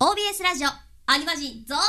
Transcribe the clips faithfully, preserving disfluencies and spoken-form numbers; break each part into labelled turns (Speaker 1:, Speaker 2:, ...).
Speaker 1: オービーエス ラジオアニマジン増刊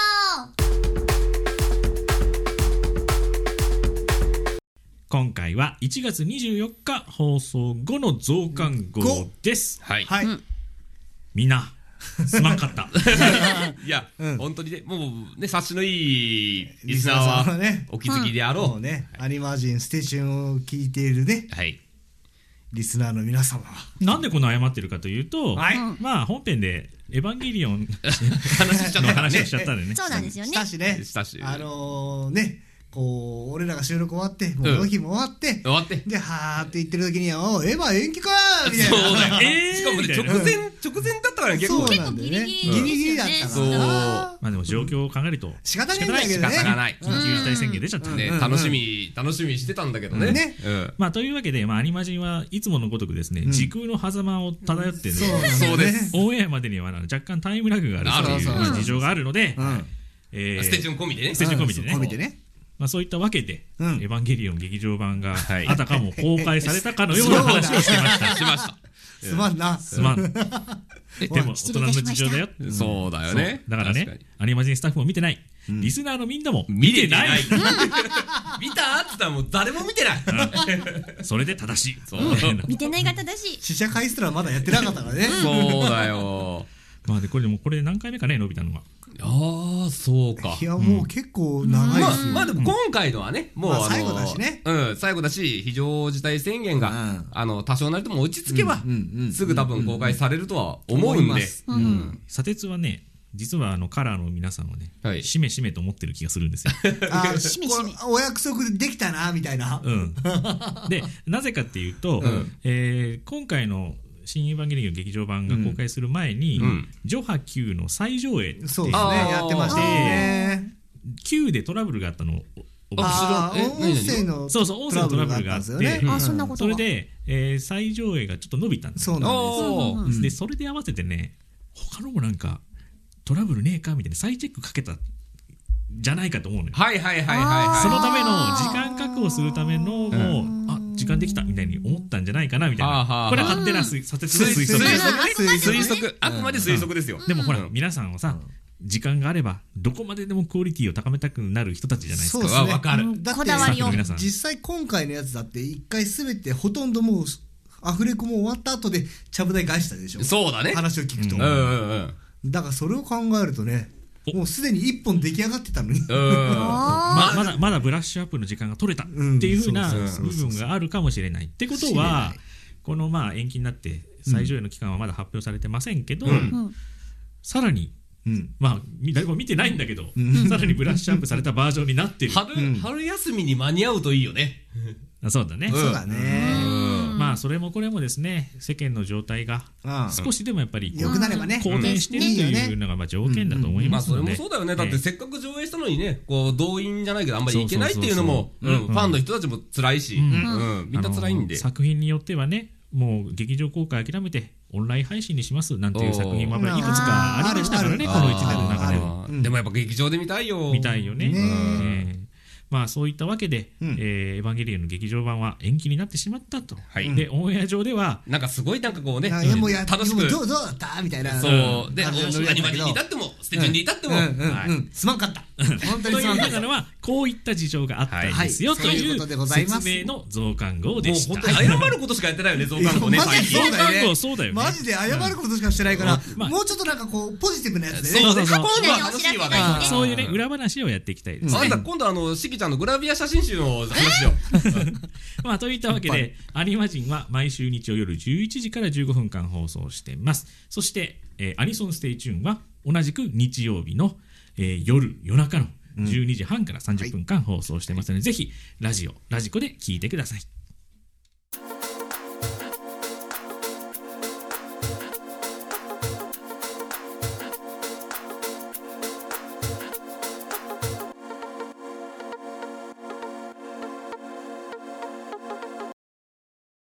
Speaker 1: 号。
Speaker 2: 今回はいちがつにじゅうよっか放送後の増刊号です。
Speaker 3: はい、
Speaker 4: はい、
Speaker 1: うん、
Speaker 2: みんなすまんかった
Speaker 3: いや、うん、本当にね、もうね、察しのいいリ
Speaker 4: リス
Speaker 3: スナーは
Speaker 4: ナーさんはね、
Speaker 3: お気づきであろう、
Speaker 4: もうね、アニマジンステーションを聞いているね、
Speaker 3: はい、
Speaker 4: リスナーの皆様は
Speaker 2: なんでこの謝ってるかというと、
Speaker 4: はい、
Speaker 2: まあ本編でエヴァンゲリオン
Speaker 3: 話しちゃった
Speaker 2: の話をしちゃったんでね。
Speaker 1: そうなんですよね。
Speaker 4: したしね、
Speaker 3: したし
Speaker 4: あのー、ね、こう俺らが収録終わってもうこの日も終わって、
Speaker 3: 終わって
Speaker 4: ではーって言ってる時にはおエヴァ延期かーみたいな。
Speaker 3: そうだよ、
Speaker 2: えー
Speaker 3: しかもね、直前直前だったからね、結構
Speaker 4: そうなんだよね、
Speaker 1: 結
Speaker 4: ギ
Speaker 1: 構ギリギリ
Speaker 4: リギリだったから
Speaker 3: そう
Speaker 4: な。
Speaker 2: まあでも状況を考えると
Speaker 4: 仕方ないんだけ
Speaker 3: 仕
Speaker 4: どね、
Speaker 3: 方がない、
Speaker 2: 緊急事態宣言出ちゃったんで、
Speaker 3: ね、楽しみ楽しみしてたんだけどね、
Speaker 4: ね、
Speaker 3: うん、
Speaker 2: まあというわけで、まあ、アニマジンはいつものごとくですね、
Speaker 4: うん
Speaker 2: 時空の狭間を漂ってね、
Speaker 4: そうなんだよね、
Speaker 3: そうです
Speaker 2: オンエアまでには若干タイムラグがあるという
Speaker 4: そうそうそう
Speaker 2: まあ事情があるので、
Speaker 4: うん
Speaker 2: えー
Speaker 3: ステージ込みでね、
Speaker 2: ステージ込みでね
Speaker 4: 込みでね、
Speaker 2: まあ、そういったわけで、
Speaker 4: うん
Speaker 2: エヴァンゲリオン劇場版が
Speaker 3: はい
Speaker 2: あたかも公開されたかのような話をしてました。
Speaker 3: しました
Speaker 4: すまんな、
Speaker 2: すまん。でも大人の事情だよ。
Speaker 3: そうだよね、
Speaker 2: そうだからね、アニマジンスタッフも見てない、
Speaker 4: ん
Speaker 2: リスナーのみんなも
Speaker 3: 見てな
Speaker 2: 見てないい
Speaker 3: 見たって言ったらもう誰も見てない
Speaker 2: それで正しい。
Speaker 3: そう
Speaker 1: 見てないが正しい。
Speaker 4: 試写会すらまだやってなかったからね。
Speaker 3: そうだよ
Speaker 2: まあでこれでもこれ何回目かね伸びたのが。
Speaker 3: ああ、そうか。
Speaker 4: いやもう結構長い
Speaker 3: まあ
Speaker 4: ですよ。
Speaker 3: まあでも今回のはね、もうあの
Speaker 4: まあ最後だしね
Speaker 3: うん、最後だし、非常事態宣言が、
Speaker 4: うん
Speaker 3: あの多少なりとも落ち着けば
Speaker 4: うんうんうん
Speaker 3: すぐ多分公開されるとは思うんで
Speaker 4: 思います、
Speaker 3: うん
Speaker 2: 砂鉄はね実はあのカラーの皆さんはね、
Speaker 3: はい
Speaker 2: しめしめと思ってる気がするんですよ。
Speaker 4: あ
Speaker 1: しめしめ
Speaker 4: これお約束できたなみたいな。
Speaker 2: うん、でなぜかっていうと、
Speaker 3: うん
Speaker 2: えー今回の新エヴァンゲリオン劇場版が公開する前に、
Speaker 3: うん
Speaker 2: ジョハ キュー の再上映っていう
Speaker 4: そうですね、
Speaker 3: あー
Speaker 4: やってましたよね。
Speaker 2: キュー でトラブルがあったのを
Speaker 4: あー
Speaker 3: え何
Speaker 4: 音声の
Speaker 2: そうそう音声のトラブルがあって
Speaker 4: トラブルがあったんですよね。
Speaker 1: あ、そんなことが。
Speaker 2: それで、えー再上映がちょっと伸びたんですよ。
Speaker 4: そうなん
Speaker 3: おー
Speaker 1: うんうんうん
Speaker 2: でそれで合わせてね他のもなんかトラブルねえかみたいな再チェックかけたじゃないかと思うのよ。
Speaker 3: はいはいはいはいは
Speaker 2: そのための時間確保するためのもう、あ時間できたみたいに思ったんじゃないかなみたい
Speaker 3: はあはあはあ
Speaker 2: な、これは勝手な推査
Speaker 3: い。
Speaker 2: 説の推測
Speaker 3: 推
Speaker 2: です。
Speaker 3: 測推測あくまで推測ですよ。
Speaker 2: でもほら、
Speaker 3: うん
Speaker 2: 皆さんはさ時間があればどこまででもクオリティを高めたくなる人たちじゃないですか。
Speaker 4: そうですね。
Speaker 3: わかる
Speaker 4: だって
Speaker 1: こだわりを
Speaker 2: 皆さん
Speaker 4: 実際今回のやつだって一回すべてほとんどもうアフレコも終わった後でちゃぶ台返したでしょ。
Speaker 3: そうだね。
Speaker 4: 話を聞くと、
Speaker 3: うんうんうん
Speaker 4: だからそれを考えるとね、もうすでに一本出来上がってたのに。
Speaker 3: うん。
Speaker 1: あ
Speaker 2: ままだまだブラッシュアップの時間が取れた
Speaker 4: うん
Speaker 2: っていうふうな
Speaker 4: そうそう
Speaker 2: 部分があるかもしれない。ってことはこのまあ延期になって再上映の期間はまだ発表されてませんけど、
Speaker 3: うん
Speaker 1: うん
Speaker 2: さらに
Speaker 4: うん
Speaker 2: まあみ誰も見てないんだけど、
Speaker 4: ん
Speaker 2: さらにブラッシュアップされたバージョンになってる。
Speaker 3: 春春休みに間に合うといいよね。
Speaker 2: あそうだね。
Speaker 4: そうだね。
Speaker 2: まあそれもこれもですね世間の状態が
Speaker 4: うん
Speaker 2: 少しでもやっぱりこう
Speaker 4: 良くなればね。
Speaker 2: 好転してるというのがまあ条件だと思い
Speaker 3: まあそれ
Speaker 2: ますので、
Speaker 3: もそうだよね。だって
Speaker 2: え
Speaker 3: せっかく上映したのにね、こう動員じゃないけどあんまりいけないっていうのも、
Speaker 2: そうそうそうそう
Speaker 3: うんファンの人たちも辛いし、
Speaker 2: うん
Speaker 3: うんみんな辛いんで
Speaker 2: あの。作品によってはねもう劇場公開諦めてオンライン配信にしますなんていう作品もやっぱりいくつかありましたからね
Speaker 4: あー
Speaker 2: このいちねんの中では
Speaker 3: あーでもやっぱ劇場で見たいよ。
Speaker 2: 見たいよね。
Speaker 4: ね
Speaker 2: ええまあそういったわけで、
Speaker 4: うん
Speaker 2: えーエヴァンゲリオンの劇場版は延期になってしまったと。
Speaker 3: はい
Speaker 2: でオンエア上では
Speaker 3: なんかすごいなんかこうね、
Speaker 4: あいやもうや
Speaker 3: 楽しく
Speaker 4: もうどうどうだったみたいな。
Speaker 3: そうで、
Speaker 4: 感じのノリ
Speaker 3: アニマジ
Speaker 4: だったけど
Speaker 3: に至ってもステージに至っても、
Speaker 4: うんうん
Speaker 3: はい
Speaker 4: うんすまんかった。本当
Speaker 2: という
Speaker 4: にすまんかった。
Speaker 2: ふうなのはこういった事情があったんですよ、
Speaker 4: はい
Speaker 2: という
Speaker 4: そういうことでございます
Speaker 2: 説明の増刊号でした。
Speaker 3: もう本当に謝ることしかやってないよね、増刊号ね、
Speaker 4: マジ
Speaker 3: 最近。
Speaker 4: そうだよね
Speaker 2: 増刊号そうだよね。
Speaker 4: マジで謝ることしかしてないから、
Speaker 2: まあ
Speaker 4: もうちょっとなんかこうポジティブなやつでね。
Speaker 3: そうそうそう。
Speaker 1: いいね
Speaker 3: 今度は楽しい話題
Speaker 1: あー
Speaker 2: そういうね裏話をやっていきたいですね。
Speaker 3: あんた今度あのしきちゃんのグラビア写真集の話よ。
Speaker 2: まあといったわけでアニマジンは毎週日曜夜じゅういちじからじゅうごふんかん放送しています。そして、えーアニソンステイチューンは同じく日曜日の、えー夜夜中のじゅうにじはんからさんじゅっぷんかん放送してますので、ぜひラジオラジコで聞いてください。